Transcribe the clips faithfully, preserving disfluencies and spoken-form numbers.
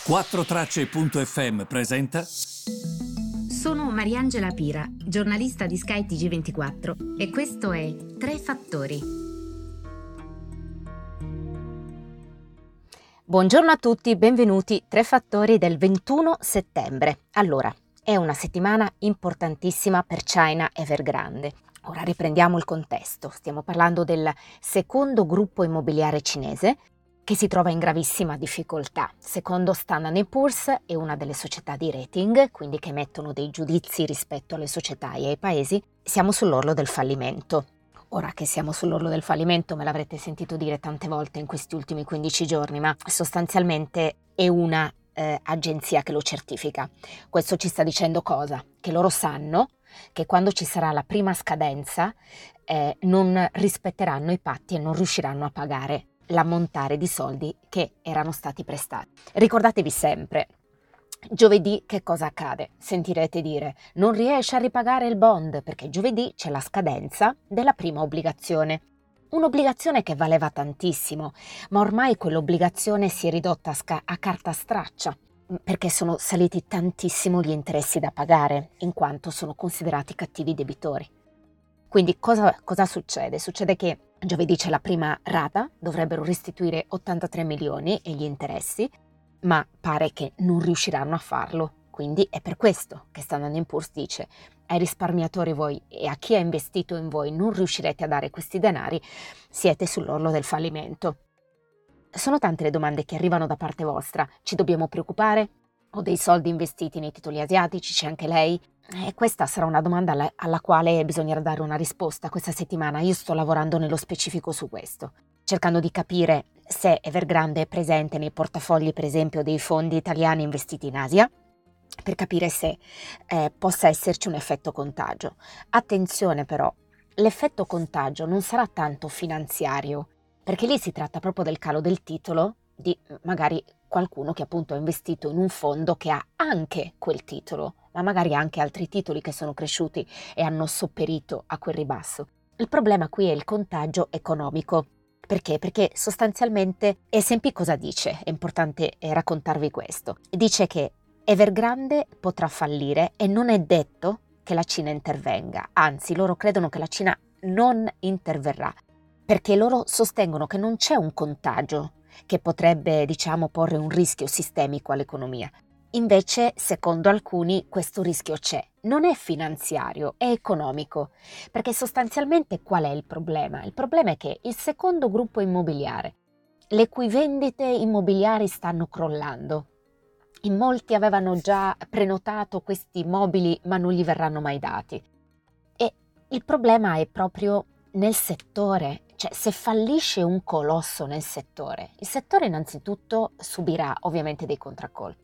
quattro tracce punto effe emme presenta. Sono Mariangela Pira, giornalista di Sky T G ventiquattro e questo è Tre Fattori. Buongiorno a tutti, benvenuti. Tre Fattori del ventuno settembre. Allora, è una settimana importantissima per China Evergrande. Ora riprendiamo il contesto. Stiamo parlando del secondo gruppo immobiliare cinese che si trova in gravissima difficoltà. Secondo Standard and Poor's è una delle società di rating, quindi che emettono dei giudizi rispetto alle società e ai paesi. Siamo sull'orlo del fallimento. Ora che siamo sull'orlo del fallimento, me l'avrete sentito dire tante volte in questi ultimi quindici giorni, ma sostanzialmente è una eh, agenzia che lo certifica. Questo ci sta dicendo cosa? Che loro sanno che quando ci sarà la prima scadenza eh, non rispetteranno i patti e non riusciranno a pagare l'ammontare di soldi che erano stati prestati. Ricordatevi sempre, giovedì che cosa accade? Sentirete dire non riesce a ripagare il bond perché giovedì c'è la scadenza della prima obbligazione. Un'obbligazione che valeva tantissimo, ma ormai quell'obbligazione si è ridotta a, sca- a carta straccia perché sono saliti tantissimo gli interessi da pagare, in quanto sono considerati cattivi debitori. Quindi cosa, cosa succede? Succede che giovedì c'è la prima rata, dovrebbero restituire ottantatré milioni e gli interessi, ma pare che non riusciranno a farlo. Quindi è per questo che Standard and Poor's dice ai risparmiatori voi e a chi ha investito in voi non riuscirete a dare questi denari, siete sull'orlo del fallimento. Sono tante le domande che arrivano da parte vostra. Ci dobbiamo preoccupare? Ho dei soldi investiti nei titoli asiatici, c'è anche lei? E questa sarà una domanda alla, alla quale bisognerà dare una risposta questa settimana. Io sto lavorando nello specifico su questo, cercando di capire se Evergrande è presente nei portafogli, per esempio, dei fondi italiani investiti in Asia, per capire se eh, possa esserci un effetto contagio. Attenzione però, l'effetto contagio non sarà tanto finanziario, perché lì si tratta proprio del calo del titolo di magari qualcuno che appunto ha investito in un fondo che ha anche quel titolo, ma magari anche altri titoli che sono cresciuti e hanno sopperito a quel ribasso. Il problema qui è il contagio economico. Perché? Perché sostanzialmente S and P cosa dice? È importante raccontarvi questo. Dice che Evergrande potrà fallire e non è detto che la Cina intervenga, anzi loro credono che la Cina non interverrà, perché loro sostengono che non c'è un contagio che potrebbe, diciamo, porre un rischio sistemico all'economia. Invece, secondo alcuni, questo rischio c'è. Non è finanziario, è economico. Perché sostanzialmente qual è il problema? Il problema è che il secondo gruppo immobiliare, le cui vendite immobiliari stanno crollando, in molti avevano già prenotato questi immobili ma non gli verranno mai dati. E il problema è proprio nel settore. Cioè, se fallisce un colosso nel settore, il settore innanzitutto subirà ovviamente dei contraccolpi.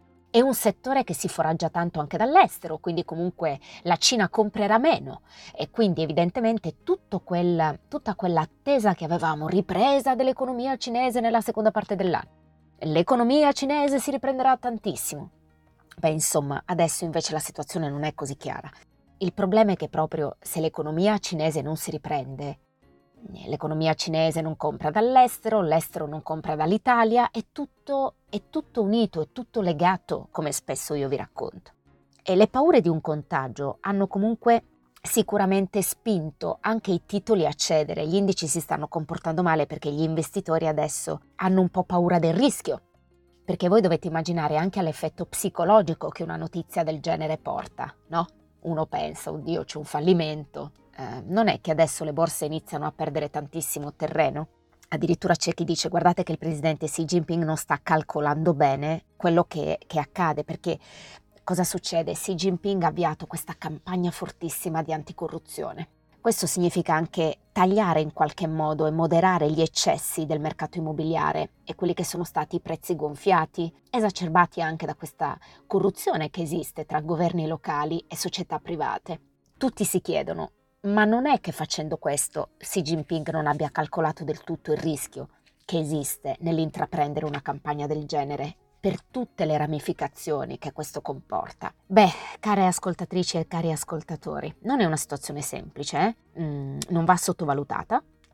È un settore che si foraggia tanto anche dall'estero, quindi comunque la Cina comprerà meno e quindi evidentemente tutto quel, tutta quell'attesa che avevamo, ripresa dell'economia cinese nella seconda parte dell'anno. L'economia cinese si riprenderà tantissimo. Beh, insomma, adesso invece la situazione non è così chiara. Il problema è che proprio se l'economia cinese non si riprende, l'economia cinese non compra dall'estero, l'estero non compra dall'Italia, è tutto, è tutto unito, è tutto legato, come spesso io vi racconto. E le paure di un contagio hanno comunque sicuramente spinto anche i titoli a cedere. Gli indici si stanno comportando male perché gli investitori adesso hanno un po' paura del rischio, perché voi dovete immaginare anche all'effetto psicologico che una notizia del genere porta, no? Uno pensa, oddio, c'è un fallimento. Eh, non è che adesso le borse iniziano a perdere tantissimo terreno? Addirittura c'è chi dice guardate che il presidente Xi Jinping non sta calcolando bene quello che, che accade, perché cosa succede? Xi Jinping ha avviato questa campagna fortissima di anticorruzione. Questo significa anche tagliare in qualche modo e moderare gli eccessi del mercato immobiliare e quelli che sono stati i prezzi gonfiati, esacerbati anche da questa corruzione che esiste tra governi locali e società private. Tutti si chiedono, ma non è che facendo questo Xi Jinping non abbia calcolato del tutto il rischio che esiste nell'intraprendere una campagna del genere per tutte le ramificazioni che questo comporta? Beh, care ascoltatrici e cari ascoltatori, non è una situazione semplice, eh? mm, non va sottovalutata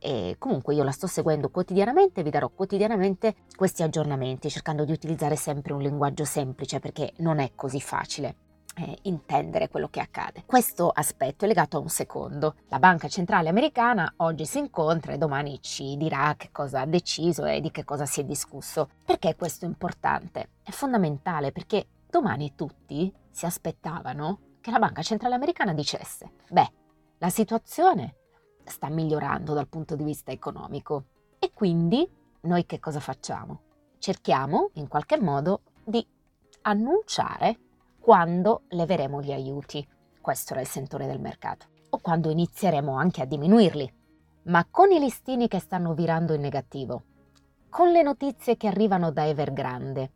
e comunque io la sto seguendo quotidianamente, vi darò quotidianamente questi aggiornamenti, cercando di utilizzare sempre un linguaggio semplice perché non è così facile eh, intendere quello che accade. Questo aspetto è legato a un secondo. La Banca Centrale Americana oggi si incontra e domani ci dirà che cosa ha deciso e di che cosa si è discusso. Perché questo è importante? È fondamentale perché domani tutti si aspettavano che la Banca Centrale Americana dicesse: beh, la situazione sta migliorando dal punto di vista economico e quindi noi che cosa facciamo? Cerchiamo in qualche modo di annunciare quando leveremo gli aiuti. Questo era il sentore del mercato. O quando inizieremo anche a diminuirli. Ma con i listini che stanno virando in negativo, con le notizie che arrivano da Evergrande,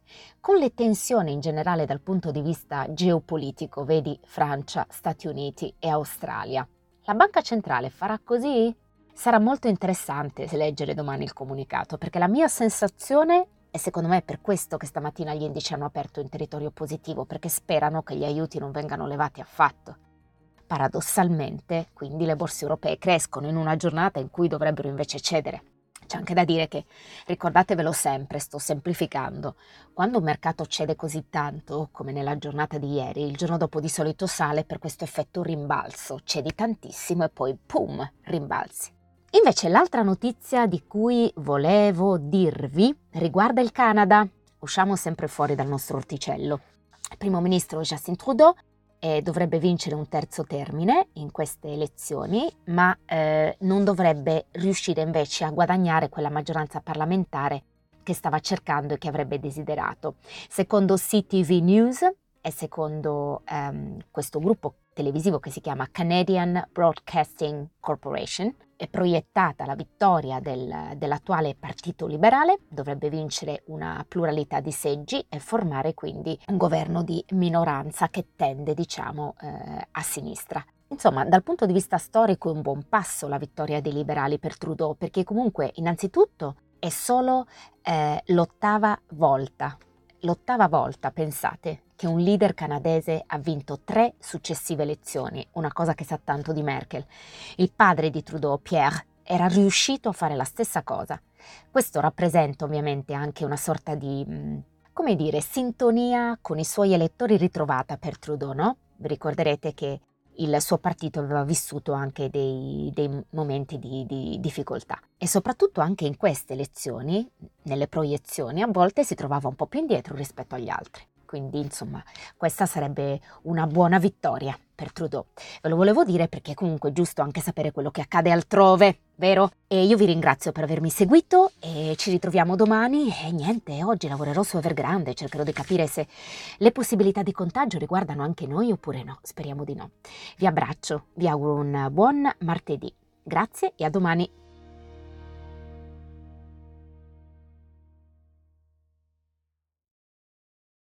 con le tensioni in generale dal punto di vista geopolitico, vedi Francia, Stati Uniti e Australia, la Banca Centrale farà così? Sarà molto interessante leggere domani il comunicato, perché la mia sensazione, e secondo me è per questo che stamattina gli indici hanno aperto in territorio positivo, perché sperano che gli aiuti non vengano levati affatto. Paradossalmente, quindi, le borse europee crescono in una giornata in cui dovrebbero invece cedere. C'è anche da dire che, ricordatevelo sempre, sto semplificando, quando un mercato cede così tanto, come nella giornata di ieri, il giorno dopo di solito sale per questo effetto rimbalzo, cedi tantissimo e poi pum, rimbalzi. Invece l'altra notizia di cui volevo dirvi riguarda il Canada. Usciamo sempre fuori dal nostro orticello. Il primo ministro Justin Trudeau eh, dovrebbe vincere un terzo termine in queste elezioni, ma eh, non dovrebbe riuscire invece a guadagnare quella maggioranza parlamentare che stava cercando e che avrebbe desiderato. Secondo C T V News e secondo ehm, questo gruppo televisivo che si chiama Canadian Broadcasting Corporation, è proiettata la vittoria del, dell'attuale Partito Liberale, dovrebbe vincere una pluralità di seggi e formare quindi un governo di minoranza che tende, diciamo, eh, a sinistra. Insomma, dal punto di vista storico è un buon passo la vittoria dei liberali per Trudeau, perché comunque innanzitutto è solo eh, l'ottava volta, l'ottava volta, pensate, che un leader canadese ha vinto tre successive elezioni, una cosa che sa tanto di Merkel. Il padre di Trudeau, Pierre, era riuscito a fare la stessa cosa. Questo rappresenta ovviamente anche una sorta di, come dire, sintonia con i suoi elettori ritrovata per Trudeau, no? Vi ricorderete che il suo partito aveva vissuto anche dei, dei momenti di, di difficoltà e soprattutto anche in queste elezioni, nelle proiezioni, a volte si trovava un po' più indietro rispetto agli altri. Quindi, insomma, questa sarebbe una buona vittoria per Trudeau. Ve lo volevo dire perché comunque è giusto anche sapere quello che accade altrove, vero? E io vi ringrazio per avermi seguito e ci ritroviamo domani e niente, oggi lavorerò su Evergrande, cercherò di capire se le possibilità di contagio riguardano anche noi oppure no, speriamo di no. Vi abbraccio, vi auguro un buon martedì. Grazie e a domani.